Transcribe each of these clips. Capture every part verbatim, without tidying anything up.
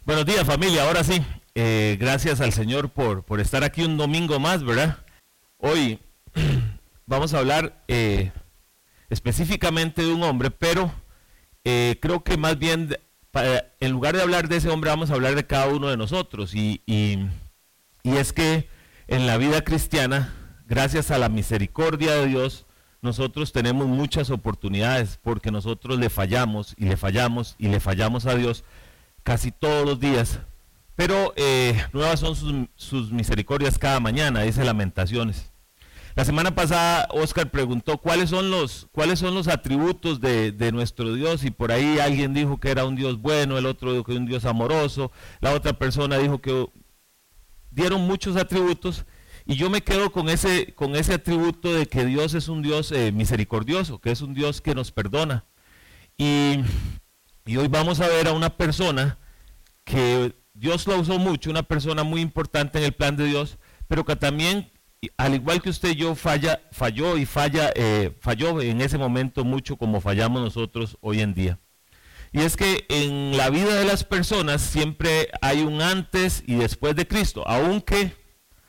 Buenos días, familia. Ahora sí, eh, gracias al Señor por, por estar aquí un domingo más, ¿verdad? Hoy vamos a hablar eh, específicamente de un hombre, pero eh, creo que más bien, de- para- en lugar de hablar de ese hombre, vamos a hablar de cada uno de nosotros. Y, y, y es que en la vida cristiana, gracias a la misericordia de Dios, nosotros tenemos muchas oportunidades, porque nosotros le fallamos y le fallamos y le fallamos a Dios casi todos los días, pero eh, nuevas son sus, sus misericordias cada mañana, dice Lamentaciones. La semana pasada Oscar preguntó cuáles son los, cuáles son los atributos de, de nuestro Dios, y por ahí alguien dijo que era un Dios bueno, el otro dijo que era un Dios amoroso, la otra persona dijo que dieron muchos atributos, y yo me quedo con ese, con ese atributo de que Dios es un Dios eh, misericordioso, que es un Dios que nos perdona. Y, y hoy vamos a ver a una persona que Dios la usó mucho, una persona muy importante en el plan de Dios, pero que también, al igual que usted y yo, falla, falló y falla, eh, falló en ese momento mucho como fallamos nosotros hoy en día. Y es que en la vida de las personas siempre hay un antes y después de Cristo, aunque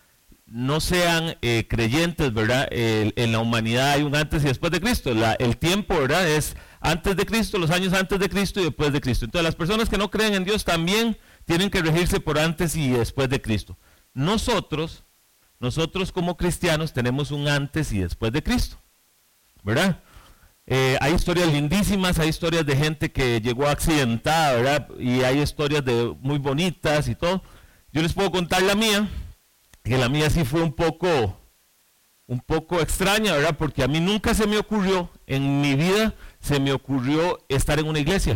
no sean eh, creyentes, ¿verdad? El, en la humanidad hay un antes y después de Cristo. La, el tiempo, ¿verdad? Es antes de Cristo, los años antes de Cristo y después de Cristo. Entonces las personas que no creen en Dios también tienen que regirse por antes y después de Cristo. Nosotros, nosotros como cristianos tenemos un antes y después de Cristo, ¿verdad? Eh, hay historias lindísimas, hay historias de gente que llegó accidentada, ¿verdad? Y hay historias de muy bonitas y todo. Yo les puedo contar la mía, que la mía sí fue un poco, un poco extraña, ¿verdad? Porque a mí nunca se me ocurrió, en mi vida se me ocurrió estar en una iglesia.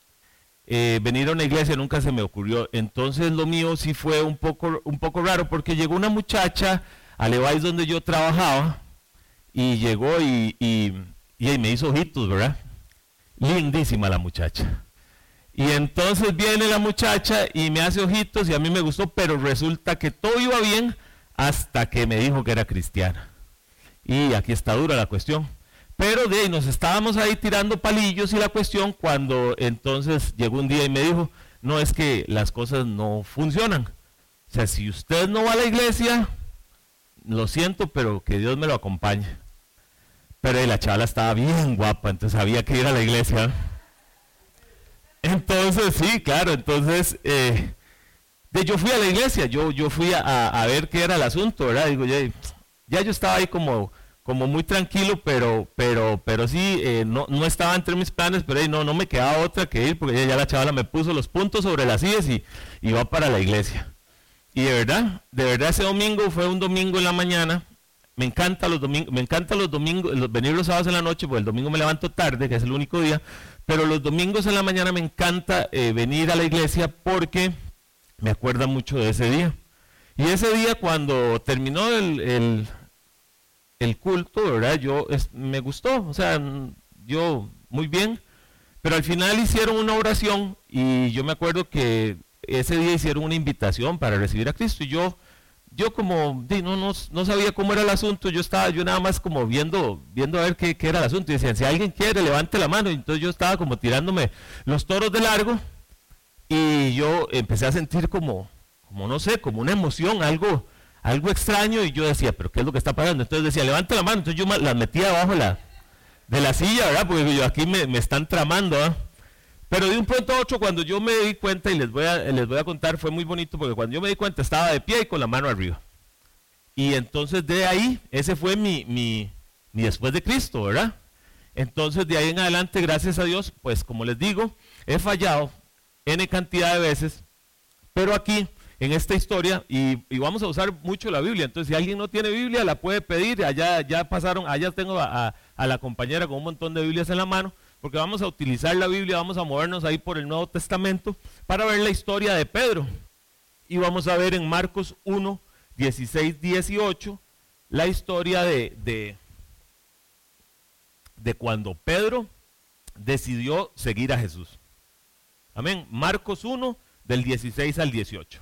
Eh, venir a una iglesia nunca se me ocurrió. Entonces lo mío sí fue un poco, un poco raro, porque llegó una muchacha a Levi's donde yo trabajaba, y llegó y, y, y me hizo ojitos, ¿verdad? Lindísima la muchacha. Y entonces viene la muchacha y me hace ojitos y a mí me gustó, pero resulta que todo iba bien hasta que me dijo que era cristiana. Y aquí está dura la cuestión. Pero de ahí nos estábamos ahí tirando palillos y la cuestión, cuando entonces llegó un día y me dijo, no, es que las cosas no funcionan. O sea, si usted no va a la iglesia, lo siento, pero que Dios me lo acompañe. Pero ahí la chavala estaba bien guapa, entonces había que ir a la iglesia. Entonces, sí, claro, entonces, eh, de, yo fui a la iglesia, yo, yo fui a, a ver qué era el asunto, ¿verdad? Digo, ya, ya yo estaba ahí como, como muy tranquilo, pero, pero, pero sí, eh, no, no estaba entre mis planes, pero ahí no, no me quedaba otra que ir, porque ya, ya la chavala me puso los puntos sobre las sillas y, y va para la iglesia. Y de verdad, de verdad ese domingo fue un domingo en la mañana. Me encanta los domingos, me encanta los domingos, los, venir los sábados en la noche, porque el domingo me levanto tarde, que es el único día, pero los domingos en la mañana me encanta eh, venir a la iglesia porque me acuerda mucho de ese día. Y ese día, cuando terminó el, el, el culto, ¿verdad? Yo, es, me gustó, o sea, yo muy bien, pero al final hicieron una oración y yo me acuerdo que ese día hicieron una invitación para recibir a Cristo, y yo Yo como no, no, no sabía cómo era el asunto, yo estaba yo nada más como viendo, viendo a ver qué, qué era el asunto, y decían, si alguien quiere, levante la mano. Y entonces yo estaba como tirándome los toros de largo, y yo empecé a sentir como, como no sé, como una emoción, algo, algo extraño, y yo decía, pero ¿qué es lo que está pasando? Entonces decía, levante la mano, entonces yo las metía abajo de la, de la silla, ¿verdad? Porque yo aquí me, me están tramando, ¿verdad? Pero de un pronto a otro, cuando yo me di cuenta, y les voy, a, les voy a contar, fue muy bonito, porque cuando yo me di cuenta estaba de pie y con la mano arriba. Y entonces de ahí, ese fue mi, mi, mi después de Cristo, ¿verdad? Entonces de ahí en adelante, gracias a Dios, pues como les digo, he fallado N cantidad de veces, pero aquí, en esta historia, y, y vamos a usar mucho la Biblia, entonces si alguien no tiene Biblia, la puede pedir, allá ya pasaron, allá tengo a, a, a la compañera con un montón de Biblias en la mano, porque vamos a utilizar la Biblia, vamos a movernos ahí por el Nuevo Testamento para ver la historia de Pedro. Y vamos a ver en Marcos uno, dieciséis, dieciocho, la historia de, de, de cuando Pedro decidió seguir a Jesús. Amén. Marcos uno, del dieciséis al dieciocho.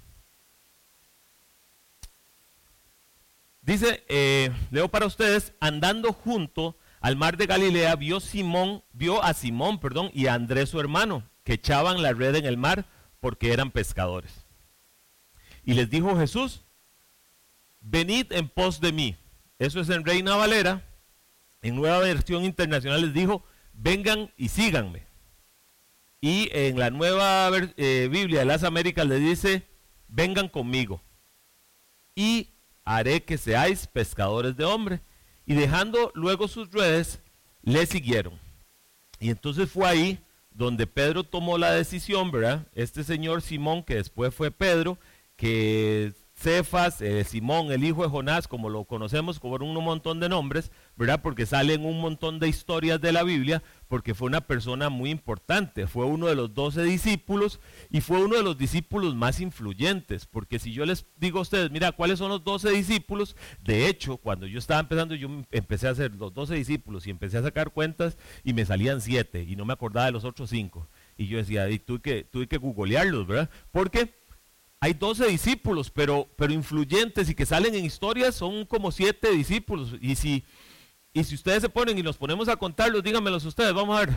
Dice, eh, leo para ustedes, andando junto al mar de Galilea, vio Simón, vio a Simón, perdón, y a Andrés su hermano, que echaban la red en el mar porque eran pescadores. Y les dijo Jesús, venid en pos de mí. Eso es en Reina Valera. En Nueva Versión Internacional les dijo, vengan y síganme. Y en la Nueva eh, Biblia de las Américas les dice, vengan conmigo y haré que seáis pescadores de hombres. Y dejando luego sus redes, le siguieron. Y entonces fue ahí donde Pedro tomó la decisión, ¿verdad? Este señor Simón, que después fue Pedro, que Cefas, eh, Simón, el hijo de Jonás, como lo conocemos por un montón de nombres, ¿verdad? Porque salen un montón de historias de la Biblia, porque fue una persona muy importante, fue uno de los doce discípulos y fue uno de los discípulos más influyentes, porque si yo les digo a ustedes, mira, ¿cuáles son los doce discípulos? De hecho, cuando yo estaba empezando, yo empecé a hacer los doce discípulos y empecé a sacar cuentas y me salían siete y no me acordaba de los otros cinco. Y yo decía, y tuve que, tuve que googlearlos, ¿verdad? Porque hay doce discípulos, pero, pero influyentes y que salen en historias son como siete discípulos. Y si, y si ustedes se ponen y nos ponemos a contarlos, díganmelos ustedes, vamos a ver.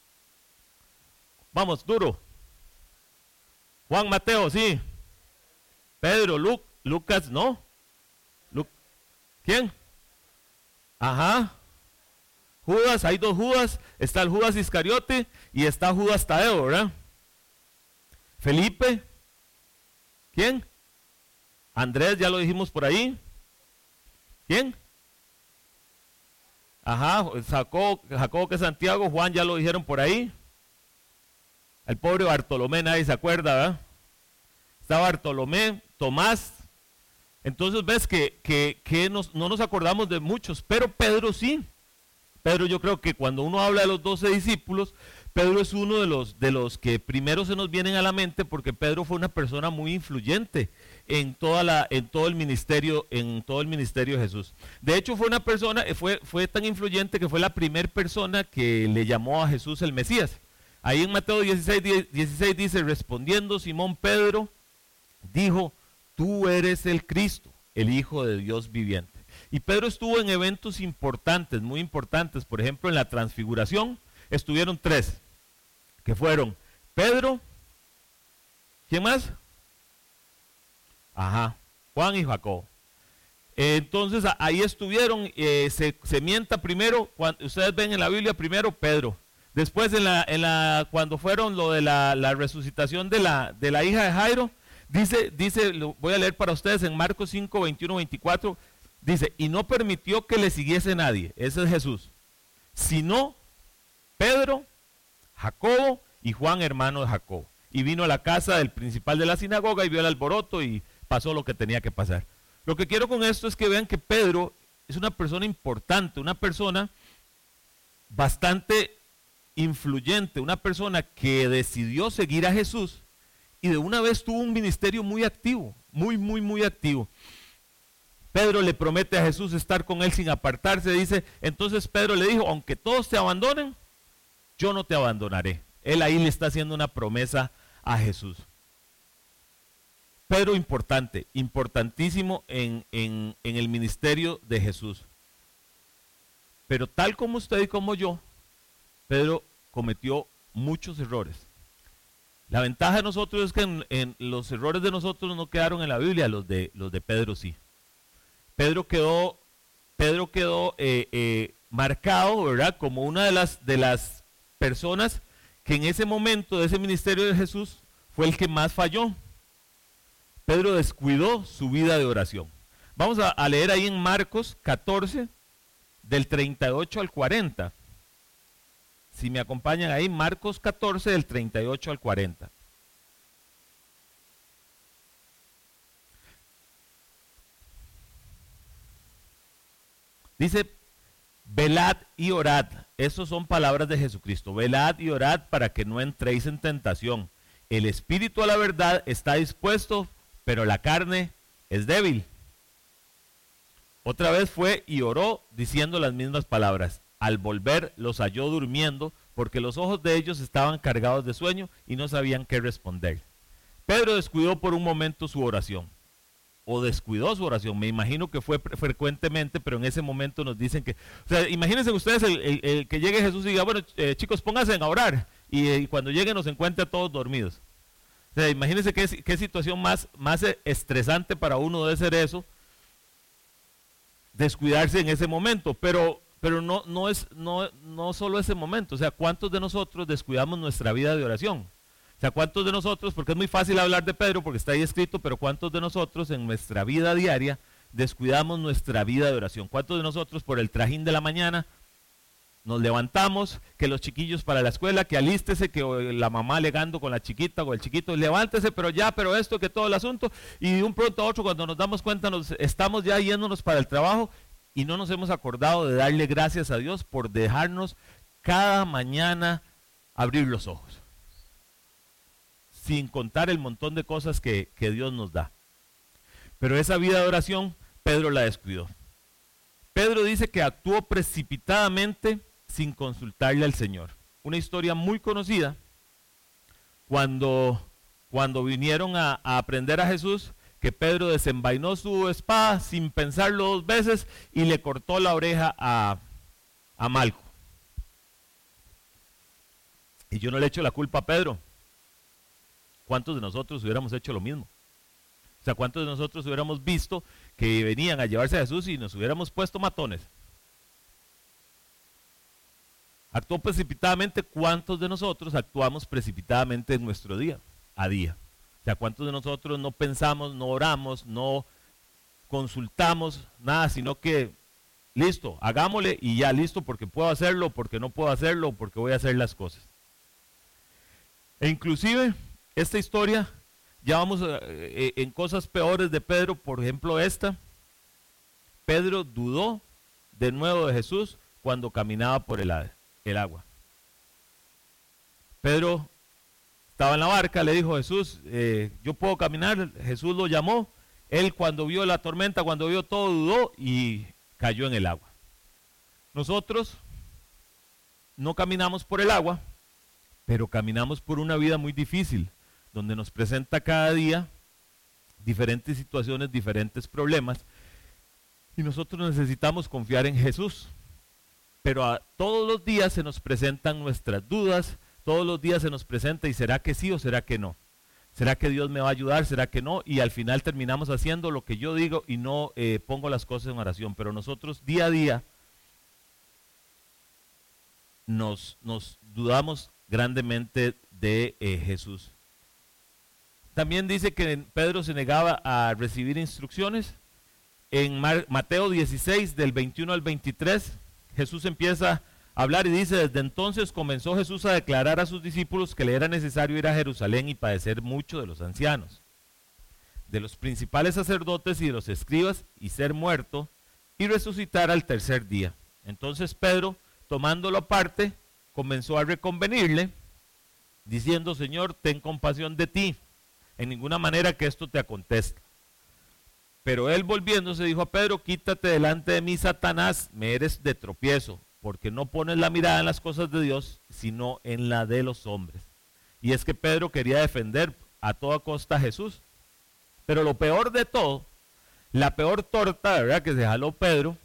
Vamos, duro. Juan, Mateo, sí. Pedro, Lu, Lucas, no. Lu, ¿quién? Ajá. Judas, hay dos Judas. Está el Judas Iscariote y está Judas Tadeo, ¿verdad? Felipe. ¿Quién? Andrés, ya lo dijimos por ahí. ¿Quién? Ajá, Jacobo, Jacobo que es Santiago, Juan ya lo dijeron por ahí. El pobre Bartolomé, nadie se acuerda, ¿verdad? Está Bartolomé, Tomás. Entonces ves que, que, que nos, no nos acordamos de muchos, pero Pedro sí. Pedro, yo creo que cuando uno habla de los doce discípulos, Pedro es uno de los, de los que primero se nos vienen a la mente, porque Pedro fue una persona muy influyente en, toda la, en todo el ministerio, en todo el ministerio de Jesús. De hecho, fue una persona, fue, fue tan influyente que fue la primera persona que le llamó a Jesús el Mesías. Ahí en Mateo dieciséis, dieciséis dice, respondiendo Simón Pedro, dijo, tú eres el Cristo, el Hijo de Dios viviente. Y Pedro estuvo en eventos importantes, muy importantes. Por ejemplo, en la transfiguración estuvieron tres, que fueron Pedro, ¿quién más? Ajá, Juan y Jacobo. Entonces ahí estuvieron, eh, se, se mienta primero, cuando, ustedes ven en la Biblia primero Pedro. Después en la, en la, cuando fueron lo de la, la resucitación de la, de la hija de Jairo, dice, dice, lo voy a leer para ustedes en Marcos cinco, veintiuno, veinticuatro, dice, y no permitió que le siguiese nadie, ese es Jesús, sino Pedro, Jacobo y Juan, hermano de Jacobo. Y vino a la casa del principal de la sinagoga y vio el alboroto y pasó lo que tenía que pasar. Lo que quiero con esto es que vean que Pedro es una persona importante, una persona bastante influyente, una persona que decidió seguir a Jesús y de una vez tuvo un ministerio muy activo, muy, muy, muy activo. Pedro le promete a Jesús estar con él sin apartarse, dice, entonces Pedro le dijo, aunque todos te abandonen, yo no te abandonaré. Él ahí le está haciendo una promesa a Jesús. Pedro importante, importantísimo en, en, en el ministerio de Jesús. Pero tal como usted y como yo, Pedro cometió muchos errores. La ventaja de nosotros es que en, en los errores de nosotros no quedaron en la Biblia, los de, los de Pedro sí. Pedro quedó, Pedro quedó eh, eh, marcado, ¿verdad? Como una de las, de las personas que en ese momento de ese ministerio de Jesús fue el que más falló. Pedro descuidó su vida de oración. Vamos a, a leer ahí en Marcos catorce, del treinta y ocho al cuarenta. Si me acompañan ahí, Marcos catorce, del treinta y ocho al cuarenta. Dice, velad y orad. Esas son palabras de Jesucristo. Velad y orad para que no entréis en tentación. El espíritu a la verdad está dispuesto, pero la carne es débil. Otra vez fue y oró diciendo las mismas palabras. Al volver los halló durmiendo, porque los ojos de ellos estaban cargados de sueño y no sabían qué responder. Pedro descuidó por un momento su oración. O descuidó su oración, me imagino que fue frecuentemente, pero en ese momento nos dicen que, o sea, imagínense ustedes el, el, el que llegue Jesús y diga, bueno, eh, chicos, pónganse a orar, y, y cuando llegue nos encuentre a todos dormidos. O sea, imagínense qué, qué situación más, más estresante para uno debe ser eso, descuidarse en ese momento, pero, pero no, no, es, no, no solo ese momento, o sea, ¿cuántos de nosotros descuidamos nuestra vida de oración? O sea, ¿cuántos de nosotros, porque es muy fácil hablar de Pedro porque está ahí escrito, pero ¿cuántos de nosotros en nuestra vida diaria descuidamos nuestra vida de oración? ¿Cuántos de nosotros por el trajín de la mañana nos levantamos, que los chiquillos para la escuela, que alístese, que la mamá alegando con la chiquita o el chiquito, levántese, pero ya, pero esto, que todo el asunto, y de un pronto a otro cuando nos damos cuenta nos estamos ya yéndonos para el trabajo y no nos hemos acordado de darle gracias a Dios por dejarnos cada mañana abrir los ojos, sin contar el montón de cosas que, que Dios nos da. Pero esa vida de oración, Pedro la descuidó. Pedro dice que actuó precipitadamente sin consultarle al Señor. Una historia muy conocida, cuando, cuando vinieron a, a aprender a Jesús, que Pedro desenvainó su espada sin pensarlo dos veces y le cortó la oreja a, a Malco. Y yo no le echo la culpa a Pedro. ¿Cuántos de nosotros hubiéramos hecho lo mismo? O sea, ¿cuántos de nosotros hubiéramos visto que venían a llevarse a Jesús y nos hubiéramos puesto matones? Actuó precipitadamente. ¿Cuántos de nosotros actuamos precipitadamente en nuestro día a día? O sea, ¿cuántos de nosotros no pensamos, no oramos, no consultamos nada, sino que listo, hagámosle y ya listo, porque puedo hacerlo, porque no puedo hacerlo, porque voy a hacer las cosas? E inclusive esta historia, ya vamos a, eh, en cosas peores de Pedro, por ejemplo esta. Pedro dudó de nuevo de Jesús cuando caminaba por el, el agua. Pedro estaba en la barca, le dijo Jesús, eh, yo puedo caminar. Jesús lo llamó. Él cuando vio la tormenta, cuando vio todo, dudó y cayó en el agua. Nosotros no caminamos por el agua, pero caminamos por una vida muy difícil, donde nos presenta cada día diferentes situaciones, diferentes problemas, y nosotros necesitamos confiar en Jesús. Pero a todos los días se nos presentan nuestras dudas, todos los días se nos presenta, ¿y será que sí o será que no? ¿Será que Dios me va a ayudar? ¿Será que no? Y al final terminamos haciendo lo que yo digo y no eh, pongo las cosas en oración. Pero nosotros día a día nos, nos dudamos grandemente de eh, Jesús. También dice que Pedro se negaba a recibir instrucciones. En Mateo dieciséis, del veintiuno al veintitrés, Jesús empieza a hablar y dice: desde entonces comenzó Jesús a declarar a sus discípulos que le era necesario ir a Jerusalén y padecer mucho de los ancianos, de los principales sacerdotes y de los escribas, y ser muerto y resucitar al tercer día. Entonces Pedro, tomándolo aparte, comenzó a reconvenirle, diciendo: Señor, ten compasión de ti, en ninguna manera que esto te acontezca. Pero él, volviéndose, dijo a Pedro: quítate delante de mí, Satanás, me eres de tropiezo, porque no pones la mirada en las cosas de Dios, sino en la de los hombres. Y es que Pedro quería defender a toda costa a Jesús. Pero lo peor de todo, la peor torta, ¿verdad?, que se jaló Pedro,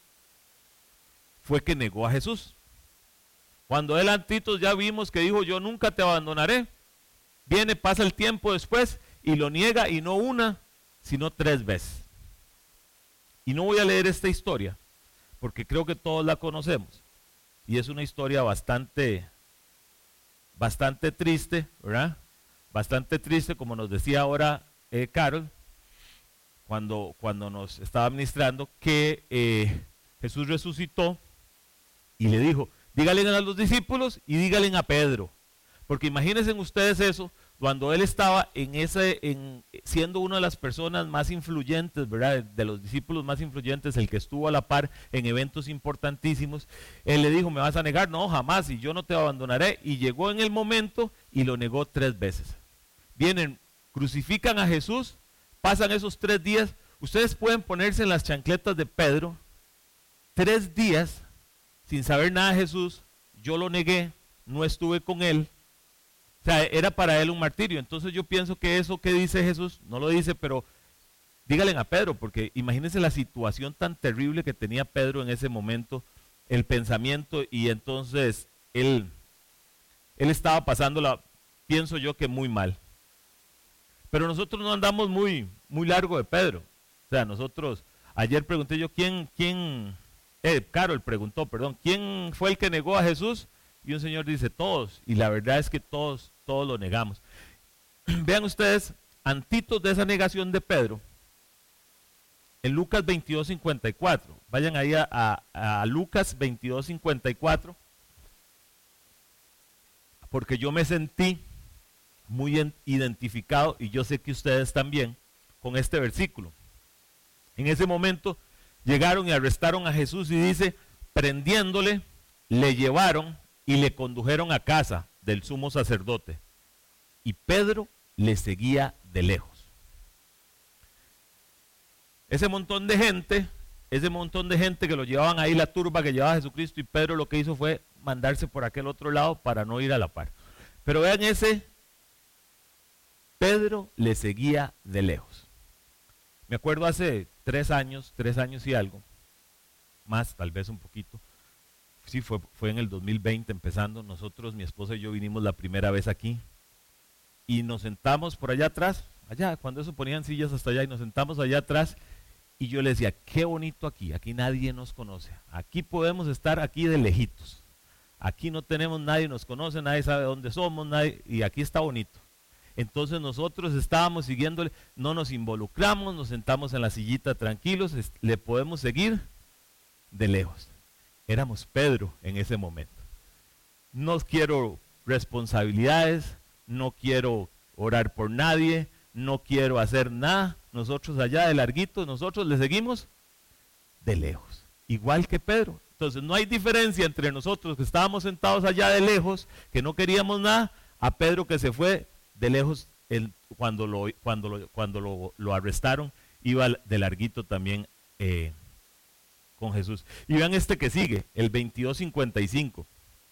fue que negó a Jesús. Cuando él antitos ya vimos que dijo: yo nunca te abandonaré, viene, pasa el tiempo después y lo niega, y no una, sino tres veces. Y no voy a leer esta historia, porque creo que todos la conocemos, y es una historia bastante, bastante triste, ¿verdad? Bastante triste, como nos decía ahora eh, Carol, cuando, cuando nos estaba ministrando, que eh, Jesús resucitó y le dijo: díganle a los discípulos y díganle a Pedro. Porque imagínense ustedes eso, cuando él estaba en ese, en, siendo una de las personas más influyentes, ¿verdad?, de los discípulos más influyentes, el que estuvo a la par en eventos importantísimos, él le dijo: ¿me vas a negar? No, jamás, y yo no te abandonaré. Y llegó en el momento y lo negó tres veces. Vienen, crucifican a Jesús, pasan esos tres días. Ustedes pueden ponerse en las chancletas de Pedro, tres días sin saber nada de Jesús. Yo lo negué, no estuve con él. O sea, era para él un martirio. Entonces yo pienso que eso que dice Jesús, no lo dice, pero díganle a Pedro, porque imagínense la situación tan terrible que tenía Pedro en ese momento, el pensamiento, y entonces él, él estaba pasándola, pienso yo, que muy mal. Pero nosotros no andamos muy, muy largo de Pedro. O sea, nosotros, ayer pregunté yo, ¿quién, quién, eh, Carol preguntó, perdón, ¿quién fue el que negó a Jesús? Y un señor dice, todos. Y la verdad es que todos, todos lo negamos. Vean ustedes, antitos de esa negación de Pedro, en Lucas veintidós, cincuenta y cuatro. Vayan ahí a, a, a Lucas veintidós, cincuenta y cuatro. Porque yo me sentí muy identificado, y yo sé que ustedes también, con este versículo. En ese momento llegaron y arrestaron a Jesús y dice, prendiéndole, le llevaron y le condujeron a casa del sumo sacerdote. Y Pedro le seguía de lejos. Ese montón de gente, ese montón de gente que lo llevaban ahí, la turba que llevaba a Jesucristo, y Pedro lo que hizo fue mandarse por aquel otro lado para no ir a la par. Pero vean ese, Pedro le seguía de lejos. Me acuerdo hace tres años, tres años y algo, más tal vez un poquito, sí fue, fue en el dos mil veinte empezando, nosotros, mi esposa y yo vinimos la primera vez aquí, y nos sentamos por allá atrás, allá, cuando eso ponían sillas hasta allá, y nos sentamos allá atrás, y yo le decía, qué bonito aquí, aquí nadie nos conoce, aquí podemos estar aquí de lejitos, aquí no tenemos, nadie nos conoce, nadie sabe dónde somos, nadie, y aquí está bonito. Entonces nosotros estábamos siguiéndole, no nos involucramos, nos sentamos en la sillita tranquilos, le podemos seguir de lejos. Éramos Pedro en ese momento. No quiero responsabilidades, no quiero orar por nadie, no quiero hacer nada. Nosotros allá de larguito, nosotros le seguimos de lejos. Igual que Pedro. Entonces no hay diferencia entre nosotros que estábamos sentados allá de lejos, que no queríamos nada, a Pedro que se fue de lejos el, cuando, lo, cuando, lo, cuando lo, lo arrestaron, iba de larguito también eh, con Jesús. Y vean este que sigue, el veintidós, cincuenta y cinco.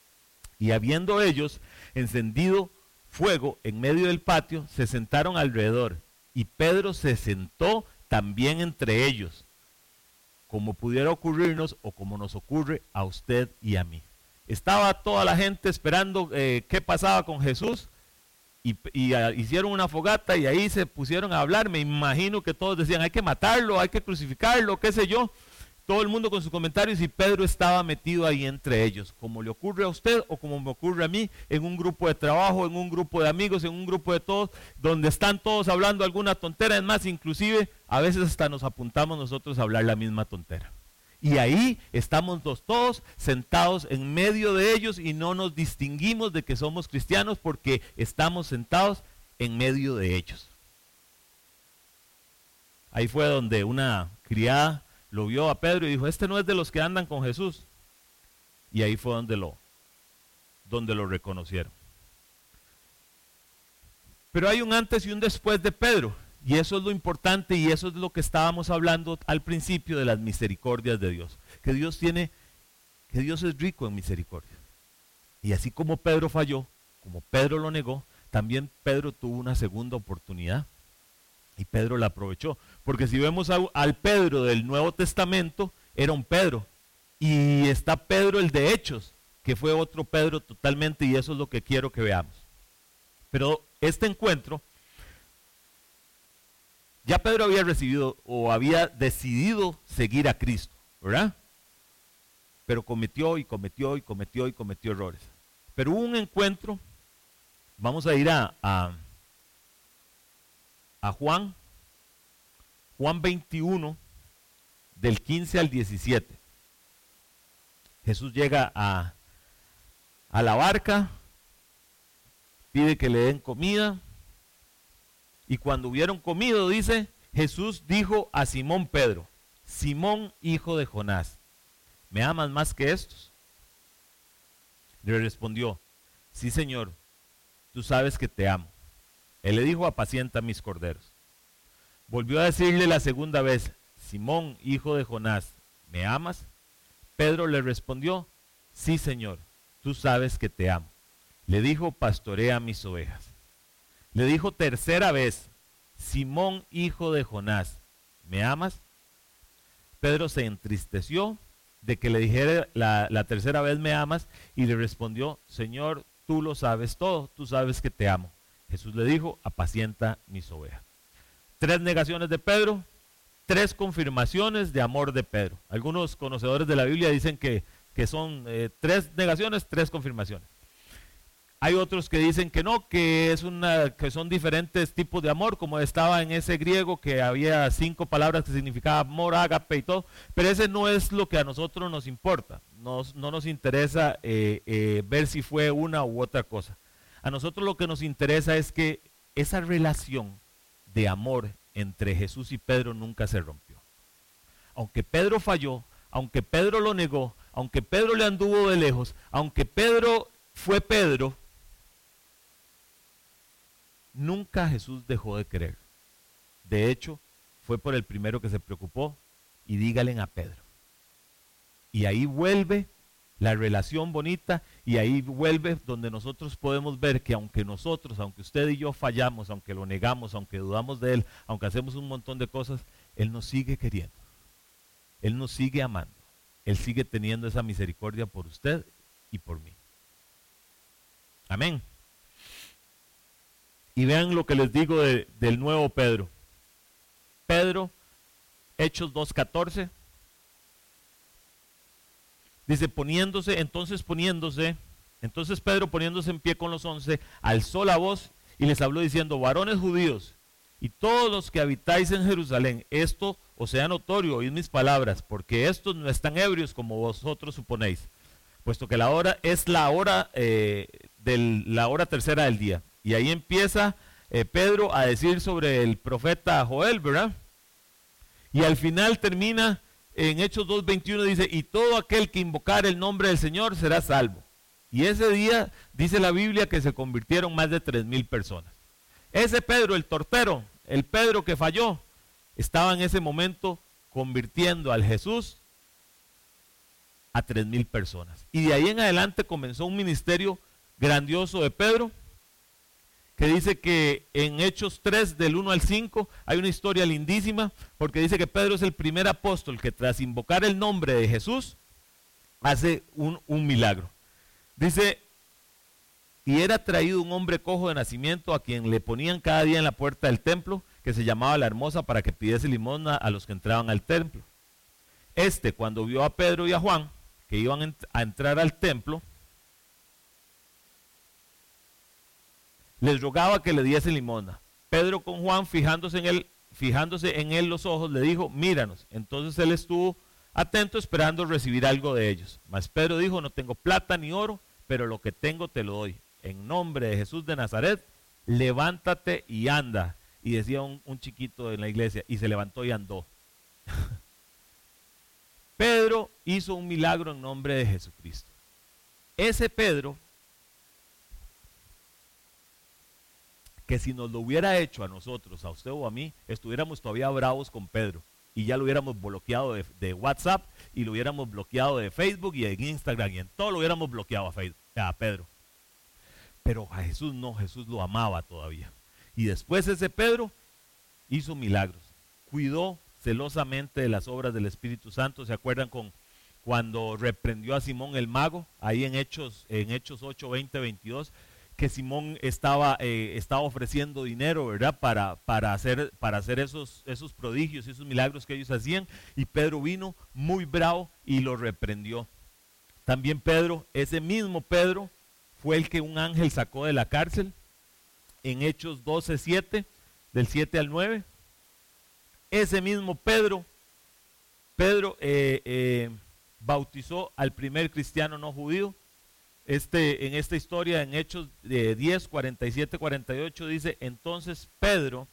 Y habiendo ellos encendido fuego en medio del patio, se sentaron alrededor, y Pedro se sentó también entre ellos, como pudiera ocurrirnos o como nos ocurre a usted y a mí. Estaba toda la gente esperando eh, qué pasaba con Jesús, y, y uh, hicieron una fogata y ahí se pusieron a hablar. Me imagino que todos decían, hay que matarlo, hay que crucificarlo, qué sé yo. Todo el mundo con sus comentarios, y Pedro estaba metido ahí entre ellos, como le ocurre a usted o como me ocurre a mí, en un grupo de trabajo, en un grupo de amigos, en un grupo de todos, donde están todos hablando alguna tontera. Es más, inclusive a veces hasta nos apuntamos nosotros a hablar la misma tontera. Y ahí estamos los todos sentados en medio de ellos, y no nos distinguimos de que somos cristianos porque estamos sentados en medio de ellos. Ahí fue donde una criada lo vio a Pedro y dijo, este no es de los que andan con Jesús. Y ahí fue donde lo, donde lo reconocieron. Pero hay un antes y un después de Pedro, y eso es lo importante, y eso es lo que estábamos hablando al principio de las misericordias de Dios. Que Dios tiene, que Dios es rico en misericordia. Y así como Pedro falló, como Pedro lo negó, también Pedro tuvo una segunda oportunidad. Y Pedro la aprovechó, porque si vemos a, al Pedro del Nuevo Testamento, era un Pedro, y está Pedro el de Hechos, que fue otro Pedro totalmente, y eso es lo que quiero que veamos. Pero este encuentro, ya Pedro había recibido o había decidido seguir a Cristo, ¿verdad? Pero cometió y cometió y cometió y cometió errores. Pero hubo un encuentro, vamos a ir a... a A Juan, Juan veintiuno, del quince al diecisiete. Jesús llega a, a la barca, pide que le den comida, y cuando hubieron comido, dice, Jesús dijo a Simón Pedro, Simón, hijo de Jonás, ¿me amas más que estos? Le respondió, sí, Señor, tú sabes que te amo. Él le dijo, apacienta mis corderos. Volvió a decirle la segunda vez, Simón, hijo de Jonás, ¿me amas? Pedro le respondió, sí, Señor, tú sabes que te amo. Le dijo, pastorea mis ovejas. Le dijo tercera vez, Simón, hijo de Jonás, ¿me amas? Pedro se entristeció de que le dijera la, la tercera vez, ¿me amas? Y le respondió, Señor, tú lo sabes todo, tú sabes que te amo. Jesús le dijo, apacienta mis ovejas. Tres negaciones de Pedro, tres confirmaciones de amor de Pedro. Algunos conocedores de la Biblia dicen que, que son eh, tres negaciones, tres confirmaciones. Hay otros que dicen que no, que, es una, que son diferentes tipos de amor, como estaba en ese griego que había cinco palabras que significaban amor, ágape y todo, pero ese no es lo que a nosotros nos importa. Nos, no nos interesa eh, eh, ver si fue una u otra cosa. A nosotros lo que nos interesa es que esa relación de amor entre Jesús y Pedro nunca se rompió. Aunque Pedro falló, aunque Pedro lo negó, aunque Pedro le anduvo de lejos, aunque Pedro fue Pedro, nunca Jesús dejó de creer. De hecho, fue por el primero que se preocupó, y dígale a Pedro. Y ahí vuelve la relación bonita, y ahí vuelve donde nosotros podemos ver que aunque nosotros, aunque usted y yo fallamos, aunque lo negamos, aunque dudamos de Él, aunque hacemos un montón de cosas, Él nos sigue queriendo. Él nos sigue amando. Él sigue teniendo esa misericordia por usted y por mí. Amén. Y vean lo que les digo de, del nuevo Pedro. Pedro, Hechos dos catorce. Dice, poniéndose, entonces poniéndose, entonces Pedro poniéndose en pie con los once, alzó la voz y les habló diciendo, varones judíos, y todos los que habitáis en Jerusalén, esto os sea notorio, oíd mis palabras, porque estos no están ebrios como vosotros suponéis, puesto que la hora es la hora, eh, del, la hora tercera del día. Y ahí empieza eh, Pedro a decir sobre el profeta Joel, ¿verdad? Y al final termina en Hechos dos veintiuno, dice, y todo aquel que invocar el nombre del Señor será salvo. Y ese día dice la Biblia que se convirtieron más de tres mil personas. Ese Pedro, el tortero, el Pedro que falló, estaba en ese momento convirtiendo al Jesús a tres mil personas. Y de ahí en adelante comenzó un ministerio grandioso de Pedro, que dice que en Hechos tres, del uno al cinco, hay una historia lindísima, porque dice que Pedro es el primer apóstol que tras invocar el nombre de Jesús, hace un, un milagro. Dice, y era traído un hombre cojo de nacimiento, a quien le ponían cada día en la puerta del templo, que se llamaba La Hermosa, para que pidiese limosna a los que entraban al templo. Este, cuando vio a Pedro y a Juan, que iban a entrar al templo, les rogaba que le diese limosna. Pedro con Juan, fijándose en él, fijándose en él los ojos, le dijo, míranos. Entonces él estuvo atento esperando recibir algo de ellos. Mas Pedro dijo, no tengo plata ni oro, pero lo que tengo te lo doy. En nombre de Jesús de Nazaret, levántate y anda. Y decía un, un chiquito en la iglesia, y se levantó y andó. Pedro hizo un milagro en nombre de Jesucristo. Ese Pedro, que si nos lo hubiera hecho a nosotros, a usted o a mí, estuviéramos todavía bravos con Pedro y ya lo hubiéramos bloqueado de, de WhatsApp y lo hubiéramos bloqueado de Facebook y en Instagram y en todo lo hubiéramos bloqueado a, Facebook, a Pedro. Pero a Jesús no, Jesús lo amaba todavía. Y después ese Pedro hizo milagros, cuidó celosamente de las obras del Espíritu Santo. ¿Se acuerdan con cuando reprendió a Simón el mago? Ahí en Hechos, en Hechos ocho, veinte, veintidós, que Simón estaba, eh, estaba ofreciendo dinero, ¿verdad? Para, para hacer, para hacer esos, esos prodigios y esos milagros que ellos hacían. Y Pedro vino muy bravo y lo reprendió. También Pedro, ese mismo Pedro, fue el que un ángel sacó de la cárcel en Hechos doce, siete, del siete al nueve. Ese mismo Pedro, Pedro eh, eh, bautizó al primer cristiano no judío. Este, en esta historia, en Hechos de diez, cuarenta y siete, cuarenta y ocho, dice, entonces Pedro,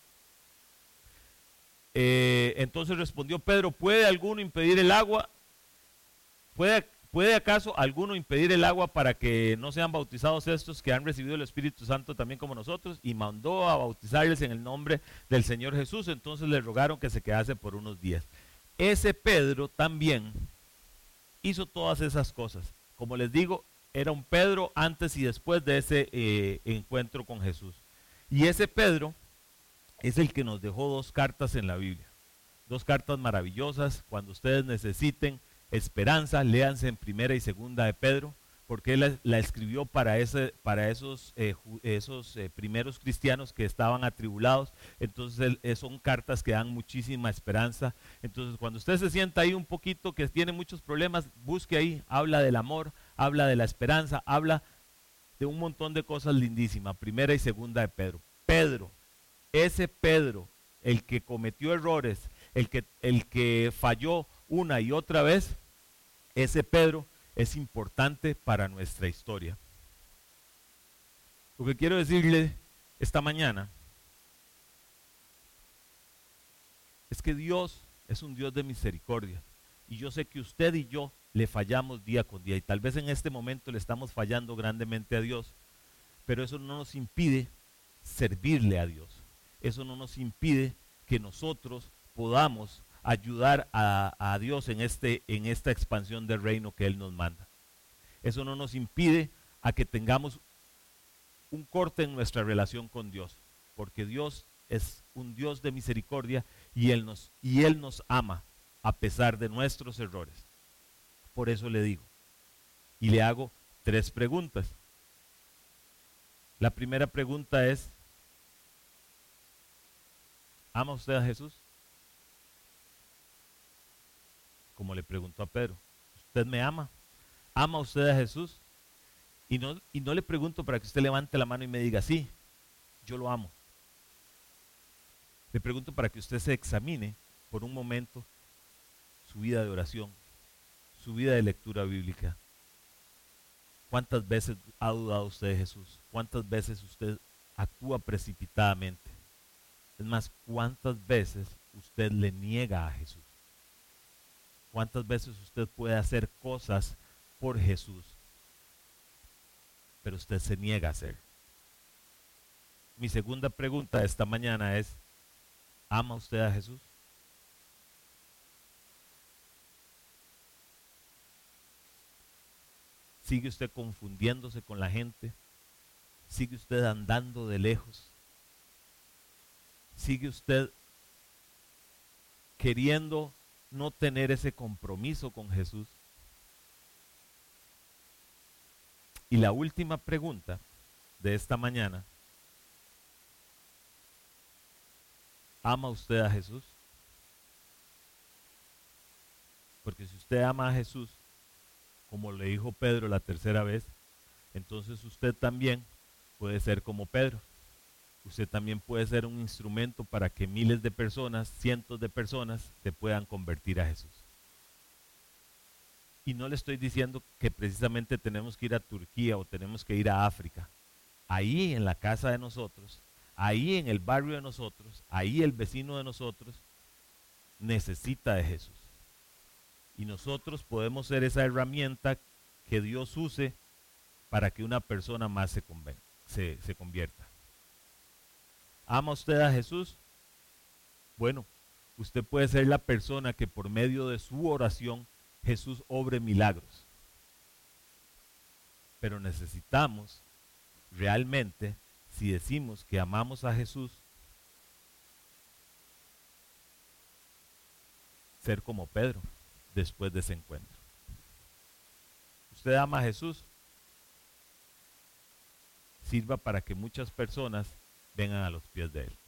eh, entonces respondió Pedro, ¿puede alguno impedir el agua? ¿Puede, ¿Puede acaso alguno impedir el agua para que no sean bautizados estos que han recibido el Espíritu Santo también como nosotros? Y mandó a bautizarles en el nombre del Señor Jesús. Entonces le rogaron que se quedase por unos días. Ese Pedro también hizo todas esas cosas. Como les digo, era un Pedro antes y después de ese eh, encuentro con Jesús. Y ese Pedro es el que nos dejó dos cartas en la Biblia. Dos cartas maravillosas. Cuando ustedes necesiten esperanza, léanse en primera y segunda de Pedro, porque él la, la escribió para, ese, para esos, eh, esos eh, primeros cristianos que estaban atribulados. Entonces él, eh, son cartas que dan muchísima esperanza. Entonces cuando usted se sienta ahí un poquito que tiene muchos problemas, busque ahí, habla del amor, habla de la esperanza, habla de un montón de cosas lindísimas. Primera y segunda de Pedro. Pedro, ese Pedro, el que cometió errores, el que, el que falló una y otra vez, ese Pedro es importante para nuestra historia. Lo que quiero decirle esta mañana es que Dios es un Dios de misericordia. Y yo sé que usted y yo le fallamos día con día. Y tal vez en este momento le estamos fallando grandemente a Dios. Pero eso no nos impide servirle a Dios. Eso no nos impide que nosotros podamos ayudar a, a Dios en, este, en esta expansión del reino que Él nos manda. Eso no nos impide a que tengamos un corte en nuestra relación con Dios, porque Dios es un Dios de misericordia y Él nos, y Él nos ama a pesar de nuestros errores. Por eso le digo, y le hago tres preguntas. La primera pregunta es, ¿ama usted a Jesús? Como le preguntó a Pedro, ¿usted me ama? ¿Ama usted a Jesús? Y no, y no le pregunto para que usted levante la mano y me diga, sí, yo lo amo. Le pregunto para que usted se examine por un momento su vida de oración, su vida de lectura bíblica. ¿Cuántas veces ha dudado usted de Jesús? ¿Cuántas veces usted actúa precipitadamente? Es más, ¿cuántas veces usted le niega a Jesús? ¿Cuántas veces usted puede hacer cosas por Jesús, pero usted se niega a hacer? Mi segunda pregunta esta mañana es, ¿ama usted a Jesús? ¿Sigue usted confundiéndose con la gente? ¿Sigue usted andando de lejos? ¿Sigue usted queriendo no tener ese compromiso con Jesús? Y la última pregunta de esta mañana, ¿ama usted a Jesús? Porque si usted ama a Jesús, como le dijo Pedro la tercera vez, entonces usted también puede ser como Pedro. Usted también puede ser un instrumento para que miles de personas, cientos de personas, se puedan convertir a Jesús. Y no le estoy diciendo que precisamente tenemos que ir a Turquía o tenemos que ir a África. Ahí en la casa de nosotros, ahí en el barrio de nosotros, ahí el vecino de nosotros necesita de Jesús. Y nosotros podemos ser esa herramienta que Dios use para que una persona más se, se, se convierta. ¿Ama usted a Jesús? Bueno, usted puede ser la persona que por medio de su oración Jesús obre milagros. Pero necesitamos realmente, si decimos que amamos a Jesús, ser como Pedro después de ese encuentro. ¿Usted ama a Jesús? Sirva para que muchas personas vengan a los pies de Él.